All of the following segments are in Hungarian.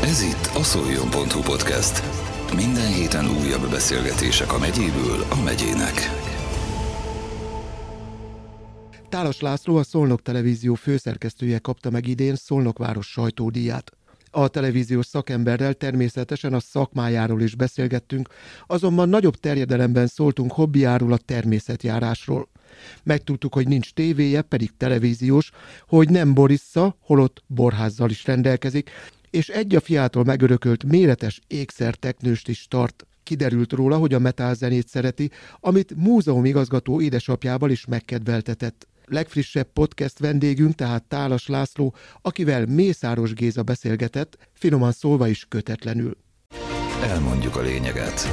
Ez itt a Szoljon.hu podcast. Minden héten újabb beszélgetések a megyéből a megyének. Tálas László, a Szolnok Televízió főszerkesztője kapta meg idén Szolnok város sajtódíját. A televíziós szakemberrel természetesen a szakmájáról is beszélgettünk, azonban nagyobb terjedelemben szóltunk hobbiáról, a természetjárásról. Megtudtuk, hogy nincs tévéje, pedig televíziós, hogy nem borissza, holott borházzal is rendelkezik, és egy a fiától megörökölt méretes ékszerteknőst is tart. Kiderült róla, hogy a metálzenét szereti, amit múzeumigazgató édesapjával is megkedveltetett. Legfrissebb podcast vendégünk tehát Tálas László, akivel Mészáros Géza beszélgetett, finoman szólva is kötetlenül. Elmondjuk a lényeget.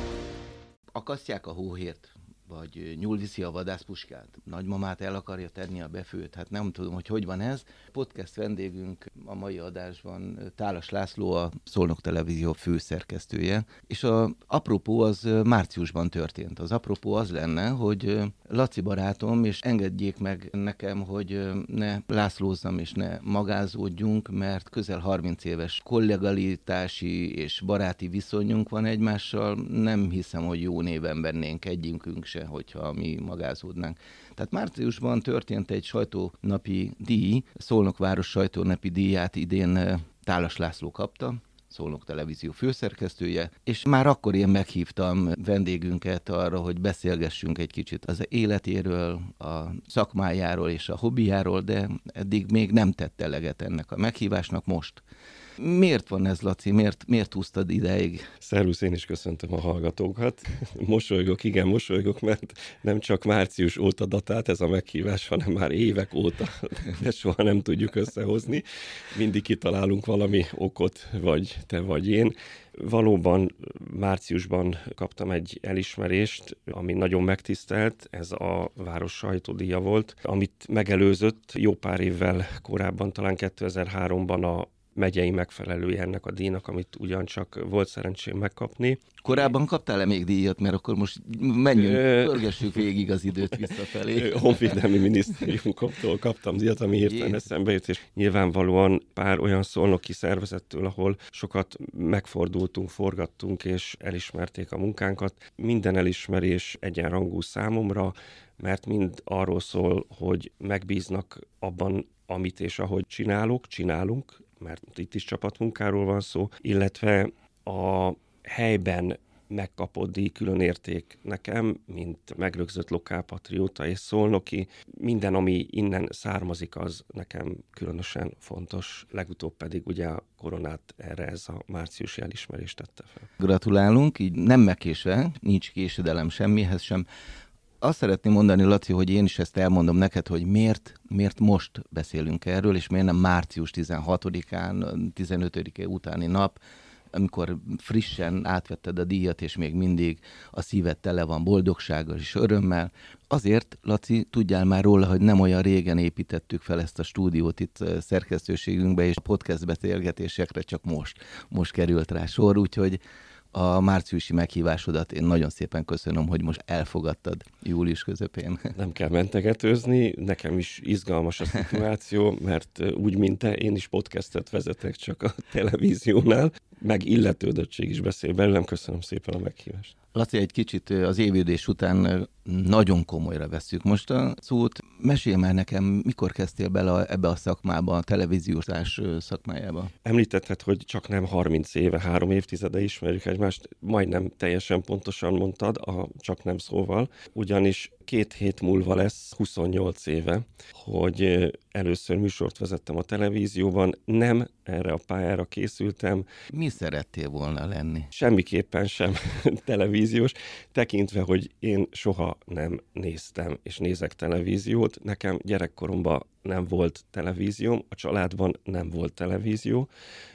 Akasztják a hóhért, vagy nyúl viszi a vadászpuskát, nagymamát el akarja tenni a befőt, hát nem tudom, hogy van ez. Podcast vendégünk a mai adásban Tálas László, a Szolnok Televízió főszerkesztője, és az apropó az márciusban történt. Az apropó az lenne, hogy Laci barátom, és engedjék meg nekem, hogy ne lászlózzam és ne magázódjunk, mert közel 30 éves kollegalitási és baráti viszonyunk van egymással, nem hiszem, hogy jó néven bennénk egyikünk se, hogyha mi magázódnánk. Tehát márciusban történt egy sajtónapi díj, Szolnok város sajtónapi díját idén Tálas László kapta, Szolnok Televízió főszerkesztője, és már akkor én meghívtam vendégünket arra, hogy beszélgessünk egy kicsit az életéről, a szakmájáról és a hobbiáról, de eddig még nem tett eleget ennek a meghívásnak most. Miért van ez, Laci? Miért húztad ideig? Szervusz, én is köszöntöm a hallgatókat. Mosolygok, mert nem csak március óta datált ez a meghívás, hanem már évek óta, de soha nem tudjuk összehozni. Mindig kitalálunk valami okot, vagy te, vagy én. Valóban márciusban kaptam egy elismerést, ami nagyon megtisztelt, ez a város sajtódíja volt, amit megelőzött jó pár évvel korábban, talán 2003-ban a megyei megfelelője ennek a díjnak, amit ugyancsak volt szerencsém megkapni. Korábban kaptál-e még díjat? Mert akkor most menjünk, pörgessük végig az időt visszafelé. Honvédelmi Minisztériumtól kaptam díjat, ami hirtelen eszembe jut, és nyilvánvalóan pár olyan szolnoki szervezettől, ahol sokat megfordultunk, forgattunk, és elismerték a munkánkat. Minden elismerés egyenrangú számomra, mert mind arról szól, hogy megbíznak abban, amit és ahogy csinálunk, mert itt is csapatmunkáról van szó, illetve a helyben megkapott díj külön érték nekem, mint megrögzött lokálpatrióta és szolnoki. Minden, ami innen származik, az nekem különösen fontos. Legutóbb pedig ugye a koronát erre ez a márciusi elismerést tette fel. Gratulálunk, így nem megkésve, nincs késedelem semmihez sem. Azt szeretném mondani, Laci, hogy én is ezt elmondom neked, hogy miért most beszélünk erről, és miért nem március 16-án, 15-e utáni nap, amikor frissen átvetted a díjat, és még mindig a szíved tele van boldogsággal és örömmel. Azért, Laci, tudjál már róla, hogy nem olyan régen építettük fel ezt a stúdiót itt szerkesztőségünkbe, és a podcast beszélgetésekre csak most került rá sor, úgyhogy a márciusi meghívásodat én nagyon szépen köszönöm, hogy most elfogadtad július közepén. Nem kell mentegetőzni, nekem is izgalmas a szituáció, mert úgy, mint te, én is podcastet vezetek csak a televíziónál, meg illetődöttség is beszél belőlem. Köszönöm szépen a meghívást. Laci, egy kicsit az évődés után nagyon komolyra vesszük most a szót. Mesélj már nekem, mikor kezdtél bele ebbe a szakmába, a televíziózás szakmájába? Említetted, hogy csak nem 30 éve, 3 évtizede ismerjük egymást, majdnem teljesen pontosan mondtad, csak nem szóval, ugyanis 2 hét múlva lesz 28 éve, hogy először műsort vezettem a televízióban, nem erre a pályára készültem. Mi szerettél volna lenni? Semmiképpen sem televíziós, tekintve, hogy én soha nem néztem és nézek televíziót. Nekem gyerekkoromban nem volt televízióm, a családban nem volt televízió.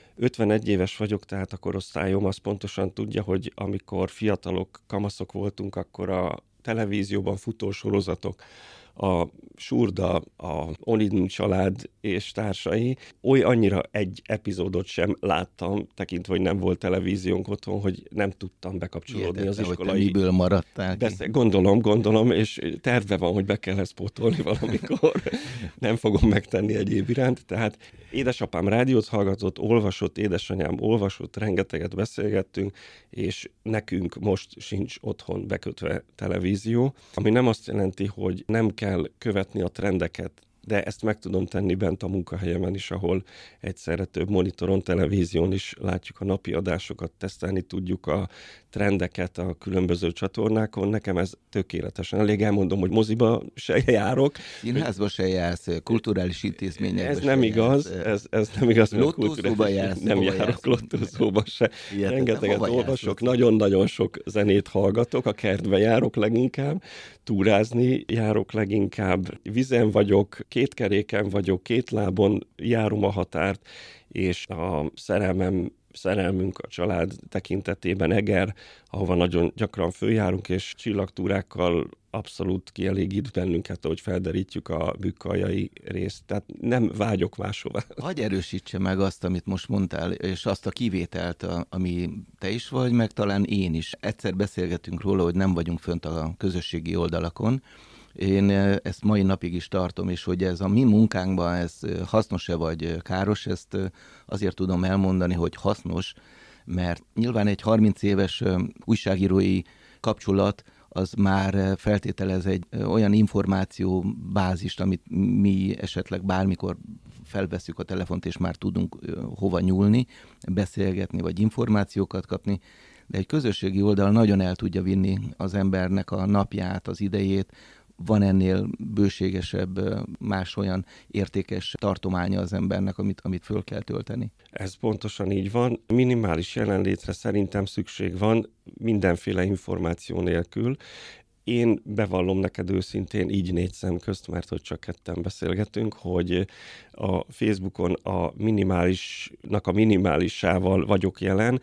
51 éves vagyok, tehát a korosztályom azt pontosan tudja, hogy amikor fiatalok, kamaszok voltunk, akkor a televízióban futó sorozatok, a Surda, a Onidin család és társai, annyira egy epizódot sem láttam, tekintve, hogy nem volt televíziónk otthon, hogy nem tudtam bekapcsolódni az iskolai... Hogy te miből maradtál ki? Gondolom, és terve van, hogy be kell ezt pótolni valamikor. Nem fogom megtenni egyéb iránt. Tehát édesapám rádiót hallgatott, olvasott, édesanyám olvasott, rengeteget beszélgettünk, és nekünk most sincs otthon bekötve televízió, ami nem azt jelenti, hogy nem kell követni a trendeket, de ezt meg tudom tenni bent a munkahelyemen is, ahol egyszerre több monitoron, televízión is látjuk a napi adásokat, tesztelni tudjuk a trendeket a különböző csatornákon. Nekem ez tökéletesen elég. Elmondom, hogy moziba se járok. Színházba se jársz, kulturális intézményekbe ez nem igaz, ez nem igaz. Lottózóba jársz. Nem járok lottózóba se. Rengeteget olvasok, nagyon-nagyon sok zenét hallgatok, a kertbe járok leginkább, túrázni járok leginkább, vizen vagyok, 2 keréken vagyok, 2 lábon járom a határt, és a szerelmünk a család tekintetében Eger, ahova nagyon gyakran följárunk, és csillagtúrákkal abszolút kielégít bennünket, ahogy felderítjük a bükkaljai részt. Tehát nem vágyok máshová. Hagy erősítse meg azt, amit most mondtál, és azt a kivételt, ami te is vagy, meg talán én is. Egyszer beszélgetünk róla, hogy nem vagyunk fönt a közösségi oldalakon. Én ezt mai napig is tartom, és hogy ez a mi munkánkban ez hasznos-e vagy káros, ezt azért tudom elmondani, hogy hasznos, mert nyilván egy 30 éves újságírói kapcsolat az már feltételez egy olyan információbázist, amit mi esetleg bármikor felvesszük a telefont, és már tudunk hova nyúlni, beszélgetni, vagy információkat kapni, de egy közösségi oldal nagyon el tudja vinni az embernek a napját, az idejét. Van ennél bőségesebb, más olyan értékes tartománya az embernek, amit föl kell tölteni? Ez pontosan így van. Minimális jelenlétre szerintem szükség van mindenféle információ nélkül. Én bevallom neked őszintén, így 4 szem közt, mert hogy csak ketten beszélgetünk, hogy a Facebookon a minimálisával vagyok jelen,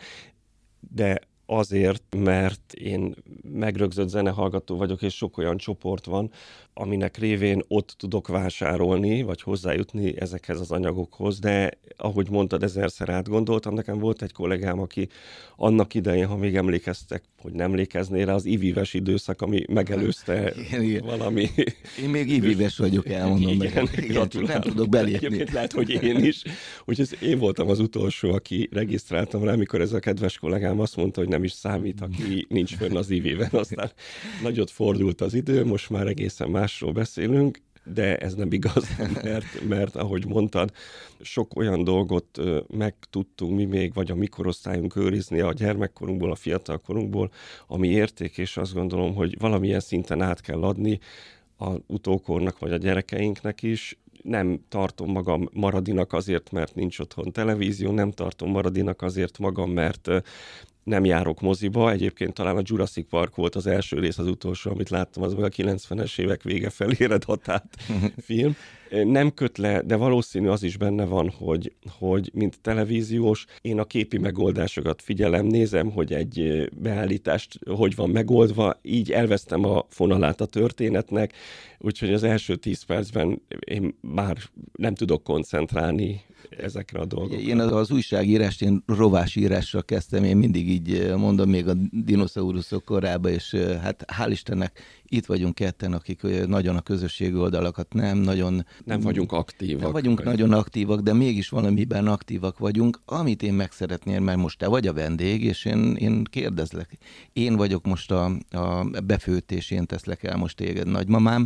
de azért, mert én megrögzött zenehallgató vagyok, és sok olyan csoport van, aminek révén ott tudok vásárolni, vagy hozzájutni ezekhez az anyagokhoz, de ahogy mondtad, 1000-szer átgondoltam, nekem volt egy kollégám, aki annak idején, ha még emlékeztek, hogy nem emlékeznél rá, az ivíves időszak, ami megelőzte valami... Én még ivíves vagyok, elmondom meg. Igen, csak nem tudok belépni. Egyébként lehet, hogy én is. Úgyhogy én voltam az utolsó, aki regisztráltam rá, amikor ez a kedves kollégám azt mondta, hogy nem is számít, aki nincs fönn az ivíven. Aztán nagyot fordult az idő, most már egészen másról beszélünk, de ez nem igaz, mert ahogy mondtad, sok olyan dolgot megtudtunk mi még, vagy a mi korosztályunk őrizni a gyermekkorunkból, a fiatalkorunkból, ami érték, és azt gondolom, hogy valamilyen szinten át kell adni az utókornak, vagy a gyerekeinknek is. Nem tartom magam maradinak azért, mert nincs otthon televízió, nem tartom maradinak azért magam, mert nem járok moziba. Egyébként talán a Jurassic Park volt az első rész, az utolsó, amit láttam, az meg a 90-es évek vége felére datált film. Nem köt le, de valószínű az is benne van, hogy mint televíziós, én a képi megoldásokat figyelem, nézem, hogy egy beállítást hogy van megoldva, így elvesztem a fonalát a történetnek, úgyhogy az első 10 percben én már nem tudok koncentrálni ezekre a dolgokra. Én az újságírást, én rovásírással kezdtem, én mindig így mondom, még a dinoszauruszok korában, és hát hál' Istennek itt vagyunk ketten, akik nagyon a közösségi oldalakat nem vagyunk aktívak. Nem vagyunk nagyon aktívak, de mégis valamiben aktívak vagyunk, amit én meg szeretném, mert most te vagy a vendég, és én kérdezlek. Én vagyok most a befőtt, és én teszlek el most téged, nagymamám,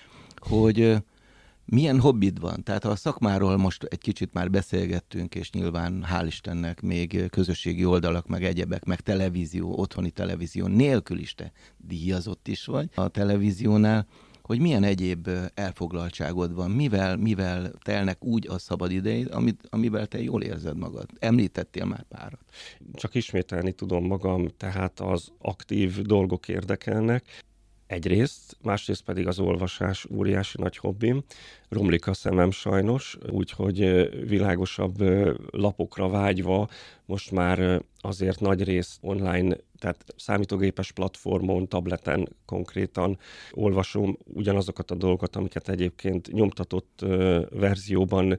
hogy milyen hobbid van? Tehát a szakmáról most egy kicsit már beszélgettünk, és nyilván hál' Istennek még közösségi oldalak, meg egyebek, meg televízió, otthoni televízió nélkül is te díjazott is vagy a televíziónál, hogy milyen egyéb elfoglaltságod van, mivel telnek úgy a szabad idejét, amivel te jól érzed magad. Említettél már párat. Csak ismételni tudom magam, tehát az aktív dolgok érdekelnek. Egyrészt, másrészt pedig az olvasás óriási nagy hobbim. Romlik a szemem sajnos, úgyhogy világosabb lapokra vágyva most már azért nagy részt online tehát számítógépes platformon, tableten konkrétan olvasom ugyanazokat a dolgokat, amiket egyébként nyomtatott verzióban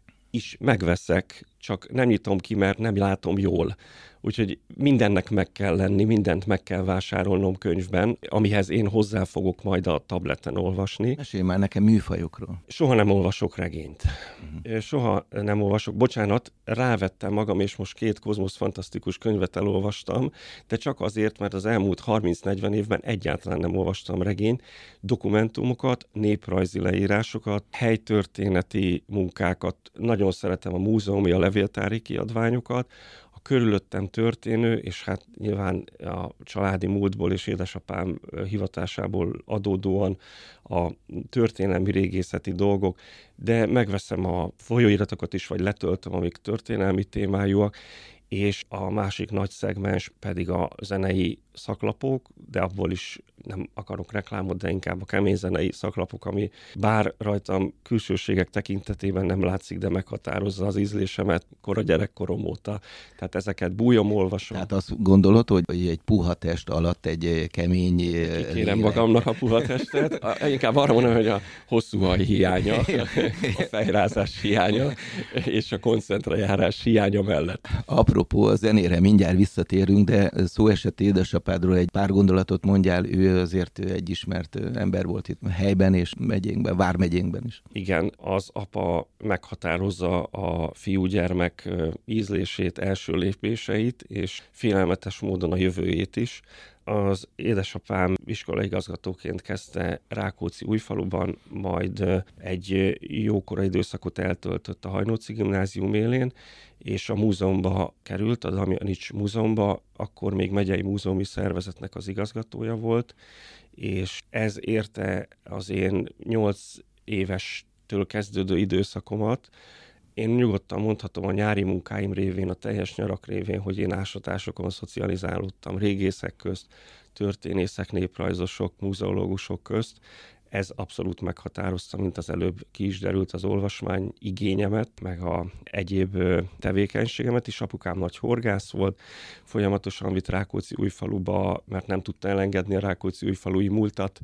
is megveszek, csak nem nyitom ki, mert nem látom jól. Úgyhogy mindennek meg kell lenni, mindent meg kell vásárolnom könyvben, amihez én hozzá fogok majd a tableten olvasni. Mesélj már nekem műfajokról. Soha nem olvasok regényt. Soha nem olvasok. Bocsánat, rávettem magam, és most 2 Kozmosz fantasztikus könyvet elolvastam, de csak azért, mert az elmúlt 30-40 évben egyáltalán nem olvastam regényt, dokumentumokat, néprajzi leírásokat, helytörténeti munkákat, nagyon szeretem a múzeumi, a levéltári kiadványokat, körülöttem történő, és hát nyilván a családi múltból és édesapám hivatásából adódóan a történelmi régészeti dolgok, de megveszem a folyóiratokat is, vagy letöltöm, amik történelmi témájúak, és a másik nagy szegmens pedig a zenei szaklapok, de abból is nem akarok reklámot, de inkább a kemény zenei szaklapok, ami bár rajtam külsőségek tekintetében nem látszik, de meghatározza az ízlésemet kora gyerekkorom óta. Tehát ezeket bújom, olvasom. Tehát azt gondolod, hogy egy puha test alatt egy kemény kikérem magamnak a puha testet. Inkább arra mondom, hogy a hosszú haj hiánya, a fejrázás hiánya, és a koncentrajárás hiánya mellett. Apropó, a zenére mindjárt visszatérünk, de szó esett édesapádról egy pár gondolatot mondjál, ő azért egy ismert ember volt itt helyben és megyénkben, vármegyénkben is. Igen, az apa meghatározza a fiúgyermek ízlését, első lépéseit, és félelmetes módon a jövőjét is. Az édesapám iskolaigazgatóként kezdte Rákóczi-Újfaluban, majd egy jókora időszakot eltöltött a Hajnóci Gimnázium élén, és a múzeumba került, a Damjanics Múzeumba, akkor még megyei múzeumi szervezetnek az igazgatója volt, és ez érte az én 8 évestől kezdődő időszakomat. Én nyugodtan mondhatom a nyári munkáim révén, a teljes nyarak révén, hogy én ásatásokon szocializálódtam, régészek közt, történészek, néprajzosok, muzeológusok közt. Ez abszolút meghatározta, mint az előbb ki is derült, az olvasmány igényemet, meg a egyéb tevékenységemet is. Apukám nagy horgász volt, folyamatosan vitt Rákóczi-Újfaluba, mert nem tudta elengedni a Rákóczi-Újfalui múltat.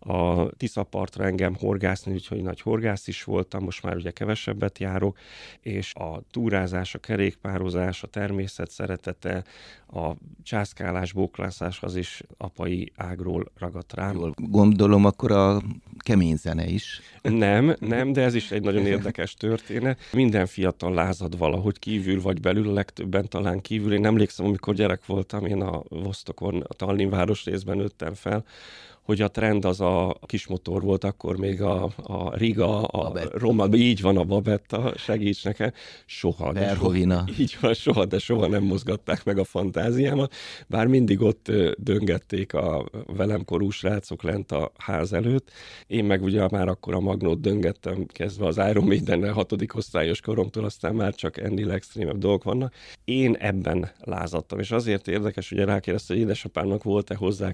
A Tiszapartra engem horgászni, úgyhogy nagy horgász is voltam, most már ugye kevesebbet járok, és a túrázás, a kerékpározás, a természet szeretete, a császkálás, bóklászás az is apai ágról ragadt rám. Jól gondolom, akkor a kemény zene is. Nem, de ez is egy nagyon érdekes történet. Minden fiatal lázad valahogy kívül vagy belül, a legtöbben talán kívül. Én emlékszem, amikor gyerek voltam, én a Vostokon, a Tallinn városrészben nőttem fel, hogy a trend az a kismotor volt, akkor még a Riga, a Roma, így van a Babetta, segíts nekem. Soha, így van, soha nem mozgatták meg a fantáziámat, bár mindig ott döngették a velem korú srácok lent a ház előtt. Én meg ugye már akkor a Magnót döngettem, kezdve az Iron Maidennel 6. osztályos koromtól, aztán már csak ennél extrémebb dolgok vannak. Én ebben lázadtam, és azért érdekes, hogy rákérdezte, hogy édesapámnak volt-e hozzá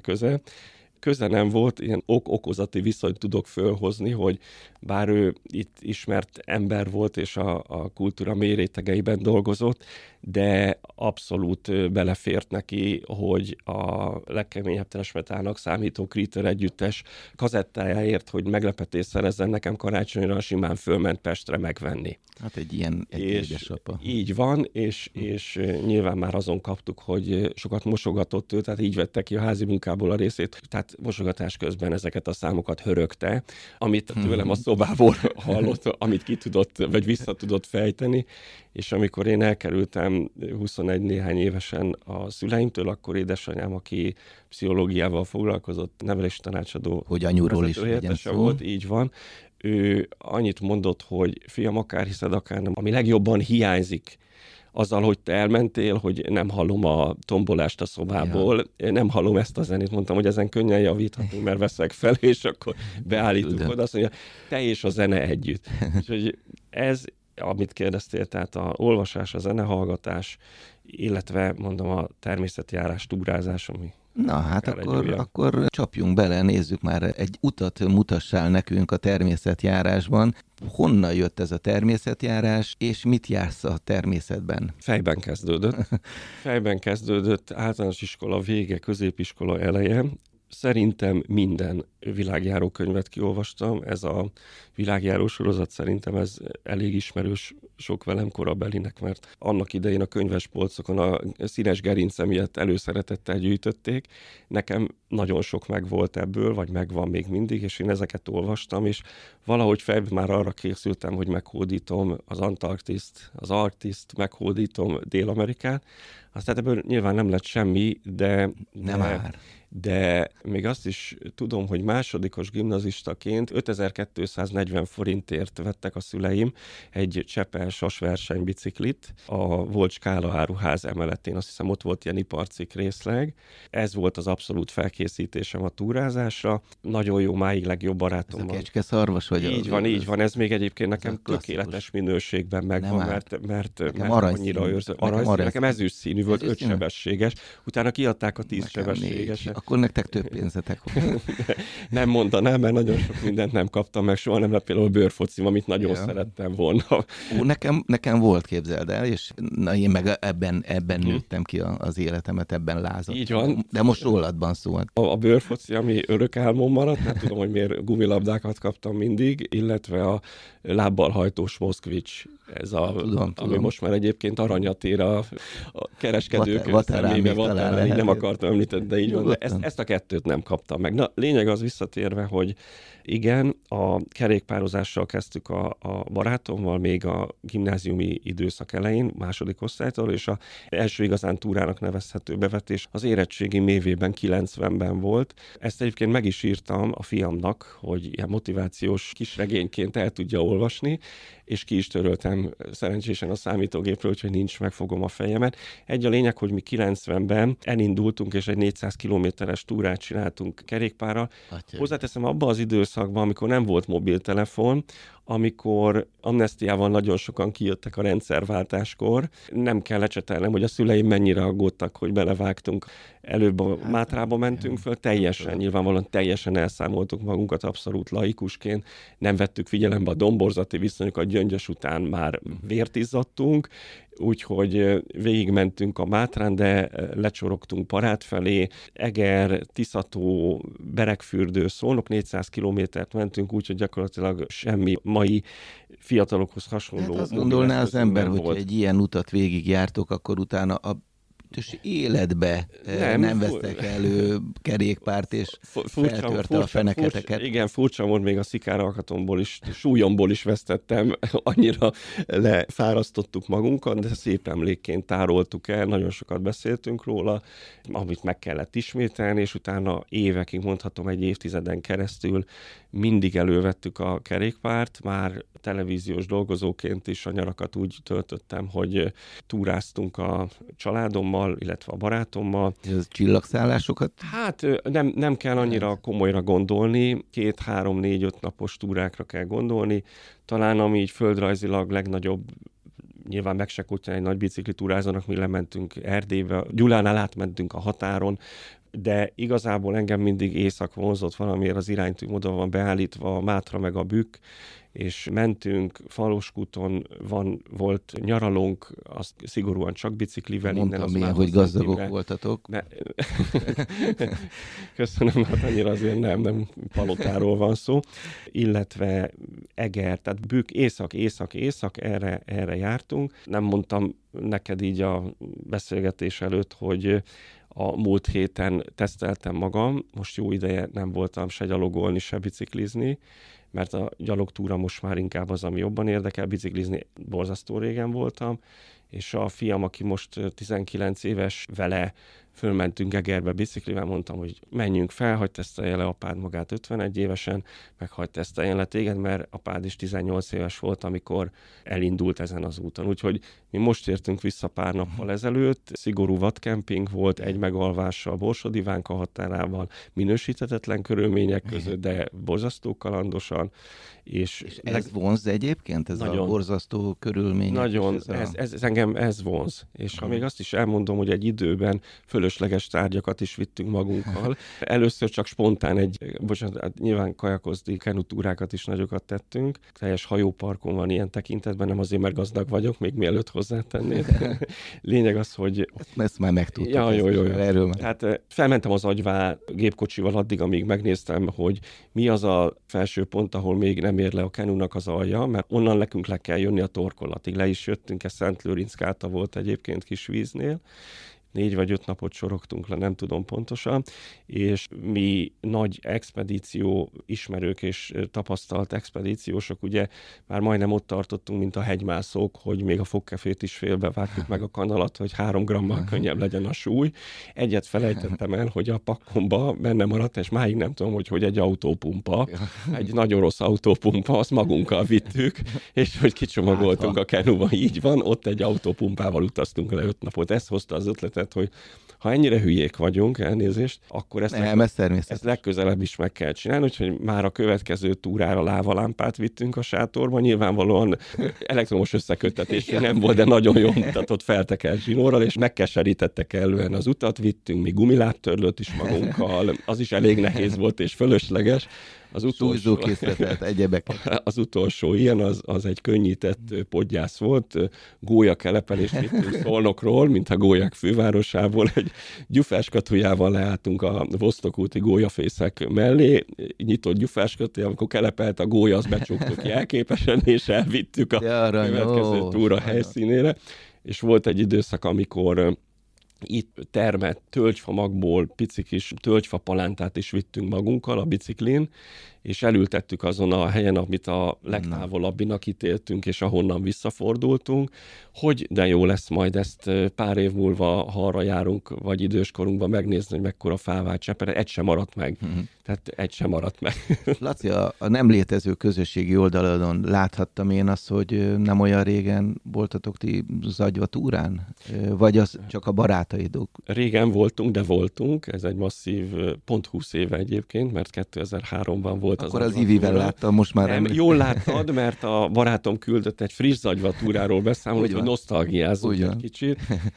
köze nem volt, ilyen ok-okozati viszonyt tudok fölhozni, hogy bár ő itt ismert ember volt, és a kultúra mély rétegeiben dolgozott, de abszolút belefért neki, hogy a legkeményebb thrash metalnak számító Creator együttes kazettájáért, hogy meglepetést szerezzen nekem karácsonyra, simán fölment Pestre megvenni. Hát egy ilyen édesapa. Így van, és nyilván már azon kaptuk, hogy sokat mosogatott ő, tehát így vette ki a házi munkából a részét, tehát mosogatás közben ezeket a számokat hörögte, amit tőlem a szobából hallott, amit ki tudott, vagy vissza tudott fejteni, és amikor én elkerültem 21 néhány évesen a szüleimtől, akkor édesanyám, aki pszichológiával foglalkozott, nevelési tanácsadó, hogy anyúról is legyen szó. Volt, így van. Ő annyit mondott, hogy fiam, akár hiszed, akár nem, ami legjobban hiányzik azzal, hogy te elmentél, hogy nem hallom a tombolást a szobából, nem hallom ezt a zenét, mondtam, hogy ezen könnyen javíthatni, mert veszek fel, és akkor beállítunk oda, azt mondja, te és a zene együtt. Úgyhogy ez, amit kérdeztél, tehát a olvasás, a zenehallgatás, illetve mondom a természeti járás, túrázás, ami Na hát akkor csapjunk bele, nézzük már, egy utat mutassál nekünk a természetjárásban. Honnan jött ez a természetjárás, és mit jársz a természetben? Fejben kezdődött általános iskola vége, középiskola eleje. Szerintem minden világjáró könyvet kiolvastam. Ez a világjáró sorozat szerintem ez elég ismerős sok velem korabelinek, mert annak idején a könyvespolcokon a színes gerince miatt előszeretettel gyűjtötték. Nekem nagyon sok megvolt ebből, vagy megvan még mindig, és én ezeket olvastam, és valahogy fejben már arra készültem, hogy meghódítom az Antarktiszt, az Arktiszt, meghódítom Dél-Amerikát. Aztán ebből nyilván nem lett semmi, de még azt is tudom, hogy másodikos gimnazistaként 5240 forintért vettek a szüleim egy Csepel sasverseny biciklit a volt Skála áruház emeletén. Azt hiszem, ott volt ilyen iparcikk részleg. Ez volt az abszolút felkészítésem a túrázásra. Nagyon jó, máig legjobb barátom van. Ez a kecskeszarvas vagy? Így van. Ez még egyébként nekem tökéletes minőségben megvan, mert annyira őrző. Nekem ezüst színű volt, 5 sebességes. Utána kiadták a 10 sebességeset. Akkor nektek több pénzetek volt. Nem mondanám, mert nagyon sok mindent nem kaptam meg, soha nem lett például bőrfocim, amit nagyon szerettem volna. Nekem volt, képzeld el, és én meg ebben nőttem ki az életemet, ebben lázadtam. Így van. De most róladban szólt. A bőrfoci, ami örök álmom maradt, nem tudom, hogy miért gumilabdákat kaptam mindig, illetve a lábbal hajtós Moszkvics, ez tudom. Ami most már egyébként aranyat ér a kereskedők szemébe, nem akartam említeni, de így van. De ezt a kettőt nem kaptam meg. Na, lényeg az visszatérve, hogy igen, a kerékpározással kezdtük a barátommal még a gimnáziumi időszak elején, második osztálytól, és az első igazán túrának nevezhető bevetés az érettségi mévében 90-ben volt. Ezt egyébként meg is írtam a fiamnak, hogy ilyen motivációs kisregényként el tudja olvasni, és ki is töröltem szerencsésen a számítógépről, úgyhogy nincs, megfogom a fejemet. Egy a lényeg, hogy mi 90-ben elindultunk, és egy 400 kilométeres túrát csináltunk kerékpárral. Hozzáteszem, abban az időszakban, amikor nem volt mobiltelefon, amikor amnesztiával nagyon sokan kijöttek a rendszerváltáskor, nem kell lecsetelnem, hogy a szüleim mennyire aggódtak, hogy belevágtunk. Előbb a Mátrába mentünk föl, nyilvánvalóan teljesen elszámoltuk magunkat abszolút laikusként, nem vettük figyelembe a domborzati viszonyokat, Gyöngyös után már vért izzadtunk, úgyhogy végigmentünk a Mátrán, de lecsorogtunk Parád felé, Eger, Tiszató, Beregfürdő, Szolnok, 400 kilométert mentünk, úgyhogy gyakorlatilag semmi mai fiatalokhoz hasonló. Hát azt gondolná az ember, hogy egy ilyen utat végigjártok, akkor utána a életbe nem vesztek elő kerékpárt, és feltörte a feneketeket. Igen, furcsa volt, még a szikáralkatomból is, súlyomból is vesztettem, annyira lefárasztottuk magunkat, de szép emlékként tároltuk el, nagyon sokat beszéltünk róla, amit meg kellett ismételni, és utána évekig, mondhatom egy évtizeden keresztül mindig elővettük a kerékpárt, már televíziós dolgozóként is a nyarakat úgy töltöttem, hogy túráztunk a családommal, illetve a barátommal. És az csillagszállásokat? Hát nem kell annyira komolyra gondolni, 2, 3, 4, 5 napos túrákra kell gondolni. Talán ami így földrajzilag legnagyobb, nyilván meg se kutyán egy nagy bicikli túrázónak, mi lementünk Erdélybe, Gyulánál átmentünk a határon, de igazából engem mindig észak vonzott, valamiért az iránytű oda van beállítva a Mátra meg a Bükk, és mentünk, Faloskúton volt nyaralónk, azt szigorúan csak biciklivel. Mondtam milyen, hogy gazdagok voltatok. Köszönöm, hát annyira azért nem palotáról van szó. Illetve Eger, tehát Bükk, észak, erre jártunk. Nem mondtam neked így a beszélgetés előtt, hogy a múlt héten teszteltem magam, most jó ideje nem voltam se gyalogolni, se biciklizni, mert a gyalogtúra most már inkább az, ami jobban érdekel, biciklizni borzasztó régen voltam, és a fiam, aki most 19 éves, vele fölmentünk Egerbe biciklivel, mondtam, hogy menjünk fel, hadd tesztelje le apád magát 51 évesen, meg hadd teszteljen le téged, mert apád is 18 éves volt, amikor elindult ezen az úton. Úgyhogy mi most értünk vissza pár nappal ezelőtt, szigorú vadkemping volt, egy megalvással, Borsod-Ivánka határával, minősíthetetlen körülmények között, de borzasztó kalandosan. És ez vonz egyébként, ez nagyon, a borzasztó körülmények? Nagyon, engem ez vonz. És még azt is elmondom, hogy egy időben fölösleges fölösleges tárgyakat is vittünk magunkkal. Először csak spontán nyilván kajakozni, kenutúrákat is nagyokat tettünk. Teljes hajóparkon van ilyen tekintetben, nem azért, mert gazdag vagyok, még mielőtt hozzátennéd. Lényeg az, hogy... Ezt már megtudtuk. Ja, jó. Erről már. Tehát felmentem az Agyvá gépkocsival addig, amíg megnéztem, hogy mi az a felső pont, ahol még nem ér le a kenúnak az alja, mert onnan nekünk le kell jönni a torkolatig. Le is jöttünk, ez Szentlőrinckáta volt egyébként Kisvíznél. 4 vagy 5 napot sorogtunk le, nem tudom pontosan, és mi nagy expedíció ismerők és tapasztalt expedíciósok, ugye már majdnem ott tartottunk, mint a hegymászók, hogy még a fogkefét is félbevágjuk meg a kanalat, hogy 3 grammal könnyebb legyen a súly. Egyet felejtettem el, hogy a pakkomba benne maradt, és máig nem tudom, hogy egy autópumpa, egy nagyon rossz autópumpa, azt magunkkal vittük, és hogy kicsomagoltunk a kenúba, így van, ott egy autópumpával utaztunk le 5 napot. Ez hozta az ötletet, hogy ha ennyire hülyék vagyunk, elnézést, akkor ezt legközelebb is meg kell csinálni, úgyhogy már a következő túrára lávalámpát vittünk a sátorba, nyilvánvalóan elektromos összeköttetés nem volt, de nagyon jól mutatott feltekelt zsinórral, és megkeserítette kellően az utat, vittünk mi gumilábtörlőt is magunkkal, az is elég nehéz volt és fölösleges. Súlyzókészletet, egyebeket. Az utolsó ilyen, az egy könnyített podgyász volt, gólyakelepelést vittünk Szolnokról, mint a gólyák fővárosából, egy gyufáskatujával leálltunk a Vostok úti gólyafészek mellé, nyitott gyufáskatujával, amikor kelepelt a gólya, azt becsuktuk jelképesen, és elvittük a következő túra helyszínére. És volt egy időszak, amikor itt termett tölgyfamagból pici kis tölgyfapalántát is vittünk magunkkal a biciklin, és elültettük azon a helyen, amit a legtávolabbinak ítéltünk, és ahonnan visszafordultunk, hogy de jó lesz majd ezt pár év múlva, ha arra járunk, vagy időskorunkban megnézni, hogy mekkora fává csepere, egy sem maradt meg. Tehát egy sem maradt meg. Laci, a nem létező közösségi oldaladon láthattam én azt, hogy nem olyan régen voltatok ti Zagyva túrán? Vagy az csak a barátaidok? Régen voltunk, de voltunk. Ez egy masszív, pont 20 éve egyébként, mert 2003-ban volt. Akkor az Ivivel láttam, most már nem. Jól láttad, mert a barátom küldött egy friss Zagyva túráról beszámolt, hogy nosztalgiázunk egy kicsit.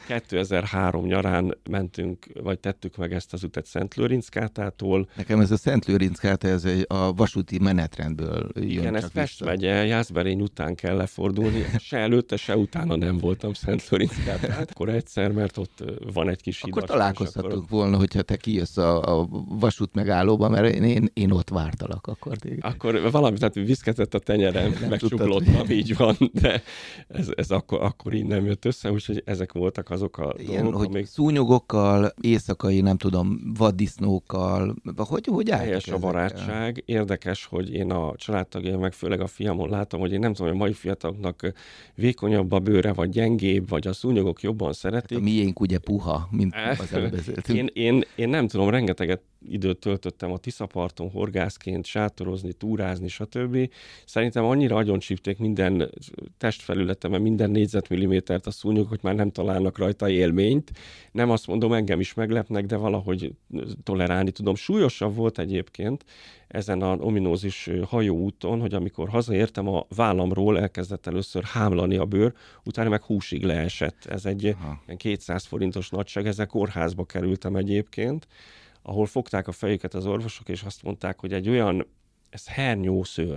2003 nyarán mentünk, vagy tettük meg ezt az utat Szentlőrinckátától. Nekem ez a Szentlőrinckáta, ez a vasúti menetrendből jön. Igen, ez Pest megye, Jászberény után kell lefordulni. Se előtte, se utána nem voltam Szentlőrinckátán. Akkor egyszer, mert ott van egy kis hidat. Akkor találkozhatunk volna, hogyha te kijössz a vasút megállóba, mert én ott vártalak. Akkor valami, tehát viszketett a tenyerem, megcsuklottam, így van, de ez akkor így nem jött össze, úgyhogy ezek voltak azok a dolgok, hogy amik... szúnyogokkal, éjszakai, nem tudom, vaddisznókkal, hogy álltak teljes a barátság. Érdekes, hogy én a családtagjaim, meg főleg a fiamon látom, hogy én nem tudom, hogy a mai fiataloknak vékonyabb a bőre, vagy gyengébb, vagy a szúnyogok jobban szeretik. Hát a miénk ugye puha, mint az előbb beszéltünk. Én nem tudom, rengeteget időt töltöttem a Tiszaparton horgászként, sátorozni, túrázni, stb. Szerintem annyira agyoncsípték minden testfelületemen, minden négyzetmillimétert a szúnyogok, hogy már nem találnak rajta élményt. Nem azt mondom, engem is meglepnek, de valahogy tolerálni tudom. Súlyosabb volt egyébként ezen az ominózis hajóúton, hogy amikor hazaértem, a vállamról elkezdett először hámlani a bőr, utána meg húsig leesett. Ez egy 200 forintos nagyság, ezzel kórházba kerültem egyébként, ahol fogták a fejüket az orvosok, és azt mondták, hogy egy olyan, ez hernyószőr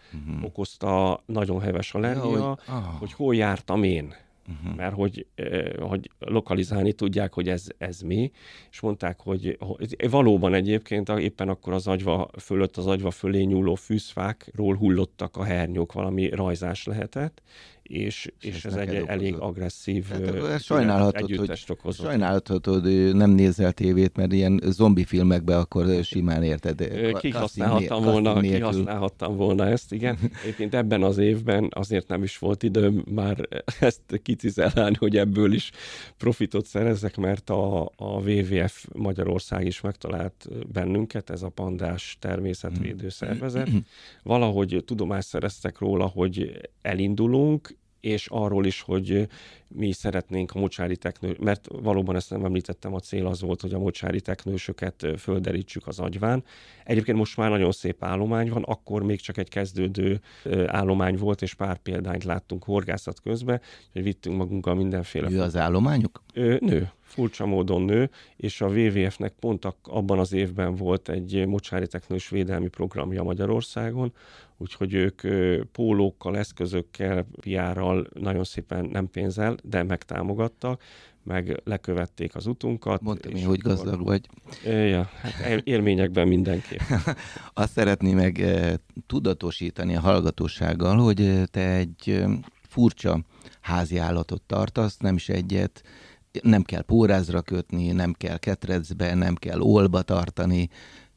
okozta nagyon heves allergia, hogy hol jártam én. Mert hogy lokalizálni tudják, hogy ez mi, és mondták, hogy valóban egyébként éppen akkor az Agyva fölött, az Agyva fölé nyúló fűzfákról hullottak a hernyók, valami rajzás lehetett, és ez egy elég agresszív együttest okozott. Sajnálhatod, nem nézel tévét, mert ilyen zombi filmekben akkor simán érted. Kihasználhattam volna ezt, igen. Egyébként ebben az évben azért nem is volt időm már ezt kicizelálni, hogy ebből is profitot szerezzek, mert a WWF Magyarország is megtalált bennünket, ez a pandás természetvédő szervezet. Valahogy tudomást szereztek róla, hogy elindulunk, és arról is, hogy mi szeretnénk a mocsári teknősöket, mert valóban ezt nem említettem, a cél az volt, hogy a mocsári teknősöket földerítsük az Agyván. Egyébként most már nagyon szép állomány van, akkor még csak egy kezdődő állomány volt, és pár példányt láttunk horgászat közben, hogy vittünk magunkkal mindenféle. Ő az állományuk? Nő. furcsa módon nő, és a WWF-nek pont abban az évben volt egy mocsári teknős védelmi programja Magyarországon, úgyhogy ők pólókkal, eszközökkel, PR-ral nagyon szépen nem pénzzel, de megtámogattak, meg lekövették az utunkat. Mondtam én, hogy gazdag vagy. Ja, hát élményekben mindenképp. Azt szeretném meg tudatosítani a hallgatósággal, hogy te egy furcsa házi állatot tartasz, nem is egyet, nem kell pórázra kötni, nem kell ketrecbe, nem kell ólba tartani,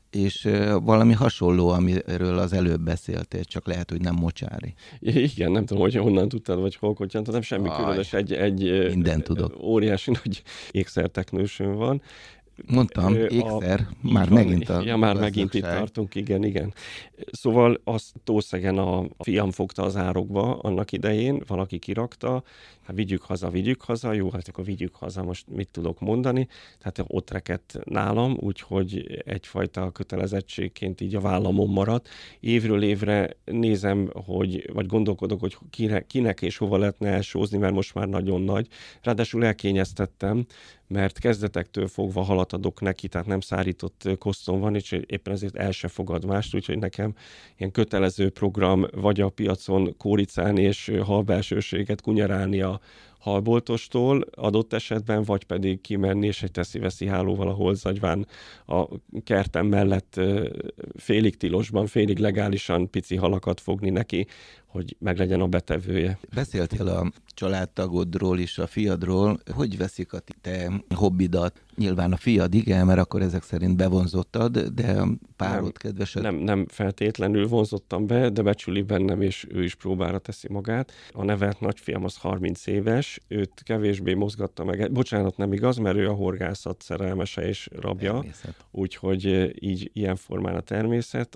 és valami hasonló, amiről az előbb beszéltél, csak lehet, hogy nem mocsári. Igen, nem tudom, hogy honnan tudtad, vagy hol kotyantad, nem semmi különös, egy mindent tudok. Óriási nagy ékszerteknősöm van. Mondtam, ékszer, már megint a már megint itt tartunk, igen. Szóval azt Tószegen a fiam fogta az árokba annak idején, valaki kirakta, hát vigyük haza, jó, hát akkor vigyük haza, most mit tudok mondani, tehát ott rekedt nálam, úgyhogy egyfajta kötelezettségként így a vállamon maradt. Évről évre nézem, vagy gondolkodok, hogy kinek és hova lehetne elsózni, mert most már nagyon nagy. Ráadásul elkényeztettem, mert kezdetektől fogva halat adok neki, tehát nem szárított kosztom van, és éppen ezért el se fogad mást, úgyhogy nekem ilyen kötelező program, vagy a piacon kóricálni és halbelsőséget kunyerálni a halboltostól adott esetben, vagy pedig kimenni és egy teszi-veszi hálóval a Holzagyván a kertem mellett félig tilosban, félig legálisan pici halakat fogni neki, hogy meglegyen a betevője. Beszéltél a családtagodról és a fiadról. Hogy veszik a te hobbidat? Nyilván a fiad igen, mert akkor ezek szerint bevonzottad, de a párod, kedvesed? Nem feltétlenül vonzottam be, de becsüli bennem, és ő is próbára teszi magát. A nevelt nagyfiam az 30 éves, őt kevésbé mozgatta meg. Bocsánat, nem igaz, mert ő a horgászat szerelmese és rabja. Úgyhogy így ilyen formán a természet.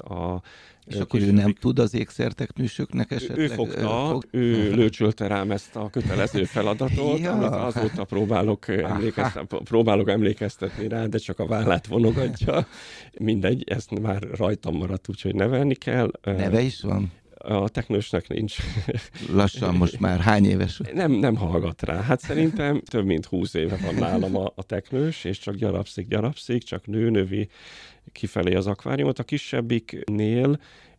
És akkor ő nem tud az ékszerteknősöknek esetleg? Ő fogta, ő lőcsölte rám ezt a kötelező feladatot, ja. amit azóta próbálok emlékeztetni rá, de csak a vállát vonogatja. Mindegy, ezt már rajtam maradt, úgyhogy nevelni kell. Neve is van? A teknősnek nincs. Lassan most már hány éves? Nem hallgat rá. Hát szerintem több mint 20 éve van nálam a teknős, és csak gyarapszik, csak növi kifelé az akváriumot. A kisebbiknél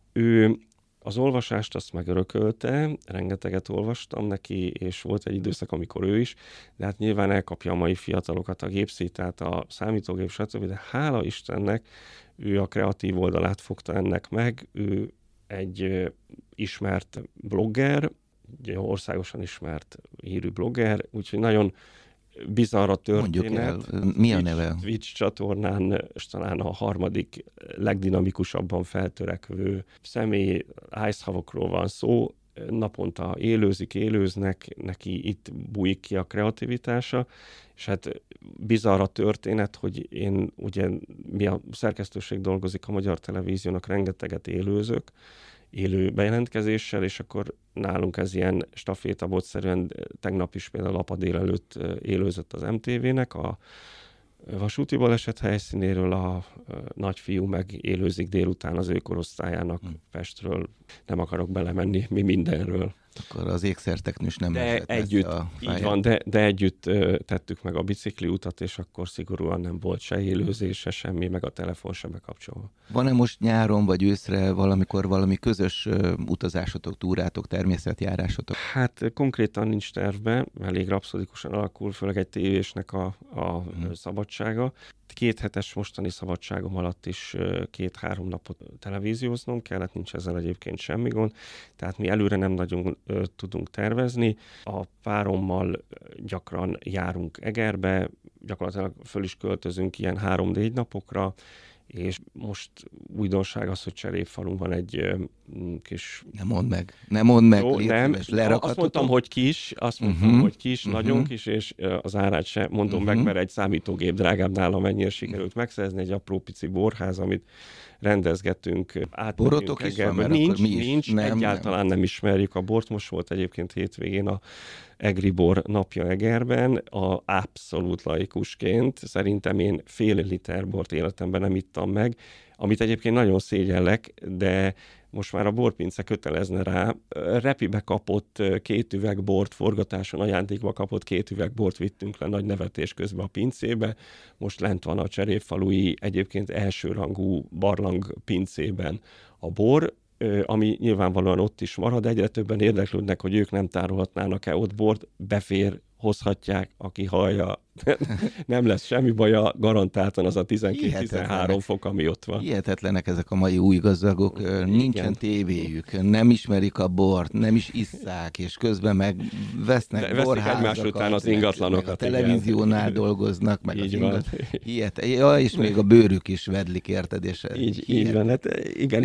ő az olvasást azt megörökölte, rengeteget olvastam neki, és volt egy időszak, amikor ő is, de hát nyilván elkapja a mai fiatalokat a gépszítát, a számítógép, stb. De hála Istennek ő a kreatív oldalát fogta ennek meg, ő egy ismert blogger, ugye országosan ismert hírű blogger, úgyhogy nagyon bizarr a történet. Mondjuk el, mi a neve? Twitch csatornán talán a harmadik legdinamikusabban feltörekvő személy, Icehavokról van szó, naponta élőznek, neki itt bújik ki a kreativitása, és hát bizarr a történet, hogy én ugye, mi a szerkesztőség dolgozik a Magyar Televíziónak, rengeteget élőzök, élő bejelentkezéssel, és akkor nálunk ez ilyen stafétabotszerűen tegnap is például apa délelőtt élőzött az MTV-nek, a vasúti baleset helyszínéről, a nagyfiú meg élőzik délután az ő korosztályának Pestről. Nem akarok belemenni mi mindenről. Akkor az ékszerteknős nem esett együtt, így van, de együtt tettük meg a bicikli utat, és akkor szigorúan nem volt se élőzés, se semmi, meg a telefon sem bekapcsolva. Van-e most nyáron vagy őszre valamikor valami közös utazásotok, túrátok, természetjárásotok? Hát konkrétan nincs tervben, elég rapszodikusan alakul, főleg egy tévésnek a szabadsága. 2 hetes mostani szabadságom alatt is 2-3 napot televízióznom kellett, nincs ezzel egyébként semmi gond, tehát mi előre nem nagyon tudunk tervezni. A párommal gyakran járunk Egerbe, gyakorlatilag föl is költözünk ilyen 3-4 napokra, és most újdonság az, hogy Cserépfalun van egy kis... Ne mondd meg, jó, nem. Azt mondtam, hogy kis, nagyon kis, és az árát sem mondom meg, mert egy számítógép drágább nálam mennyire sikerült megszerzni, egy apró pici borház, amit rendezgetünk. Borotok is van, mert nincs, egyáltalán nem ismerjük a bort. Most volt egyébként hétvégén a Egri bor napja Egerben, abszolút laikusként. Szerintem én fél liter bort életemben nem ittam meg, amit egyébként nagyon szégyellek, de most már a borpince kötelezne rá. Repibe kapott 2 üveg bort, forgatáson ajándékba kapott 2 üveg bort vittünk le nagy nevetés közben a pincébe. Most lent van a cserépfalui, egyébként elsőrangú barlang pincében a bor, ami nyilvánvalóan ott is marad. Egyre többen érdeklődnek, hogy ők nem tárolhatnának-e ott bort, befér, hozhatják, aki hallja. Nem lesz semmi baja, garantáltan az a 12-13 fok, ami ott van. Hihetetlenek ezek a mai új gazdagok, nincsen tévéjük, nem ismerik a bort, nem is isszák, és közben meg vesznek borházakat. Egymás után az ingatlanokat. A televíziónál dolgoznak, meg így az ja, és még a bőrük is vedlik, érted? És így van, hát igen,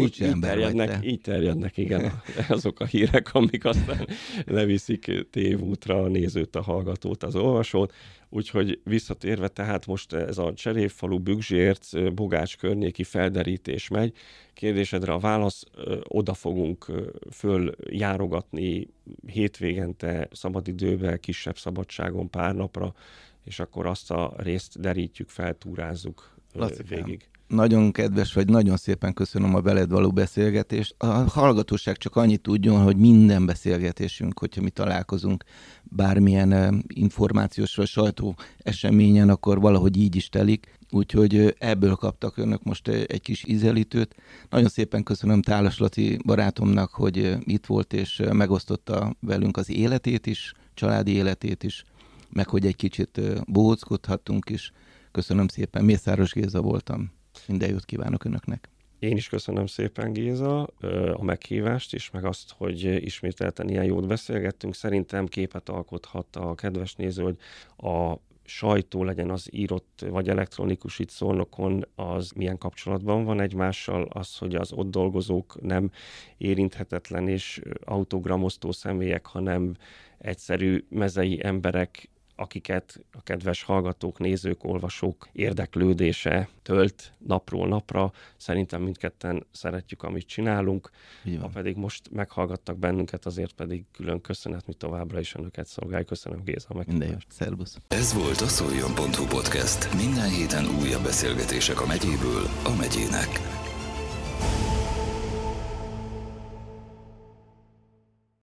így terjednek, igen, azok a hírek, amik aztán leviszik tévútra a nézőt, a hallgatót, az olvasót. Úgyhogy visszatérve, tehát most ez a Cserépfalu, Bükzsérc, Bogács környéki felderítés megy. Kérdésedre a válasz, oda fogunk följárogatni hétvégente, szabadidőben, kisebb szabadságon pár napra, és akkor azt a részt derítjük fel, túrázzuk végig. Nagyon kedves vagy, nagyon szépen köszönöm a veled való beszélgetést. A hallgatóság csak annyit tudjon, hogy minden beszélgetésünk, hogyha mi találkozunk bármilyen információs vagy sajtó eseményen, akkor valahogy így is telik. Úgyhogy ebből kaptak önök most egy kis ízelítőt. Nagyon szépen köszönöm Tálas Laci barátomnak, hogy itt volt és megosztotta velünk az életét is, családi életét is, meg hogy egy kicsit bohóckodhattunk is. Köszönöm szépen, Mészáros Géza voltam. Minden jót kívánok önöknek. Én is köszönöm szépen, Géza, a meghívást is, meg azt, hogy ismételten ilyen jót beszélgettünk. Szerintem képet alkothat a kedves néző, hogy a sajtó, legyen az írott vagy elektronikus itt Szolnokon, az milyen kapcsolatban van egymással, az, hogy az ott dolgozók nem érinthetetlen és autogramosztó személyek, hanem egyszerű mezei emberek, akiket a kedves hallgatók, nézők, olvasók érdeklődése tölt napról napra. Szerintem mindketten szeretjük, amit csinálunk. Ha pedig most meghallgattak bennünket, azért pedig külön köszönet, mi továbbra is önöket szolgáljuk. Köszönöm, Géza, a meghívást. Szervusz. Ez volt a Szoljon.hu podcast. Minden héten újabb beszélgetések a megyéből a megyének.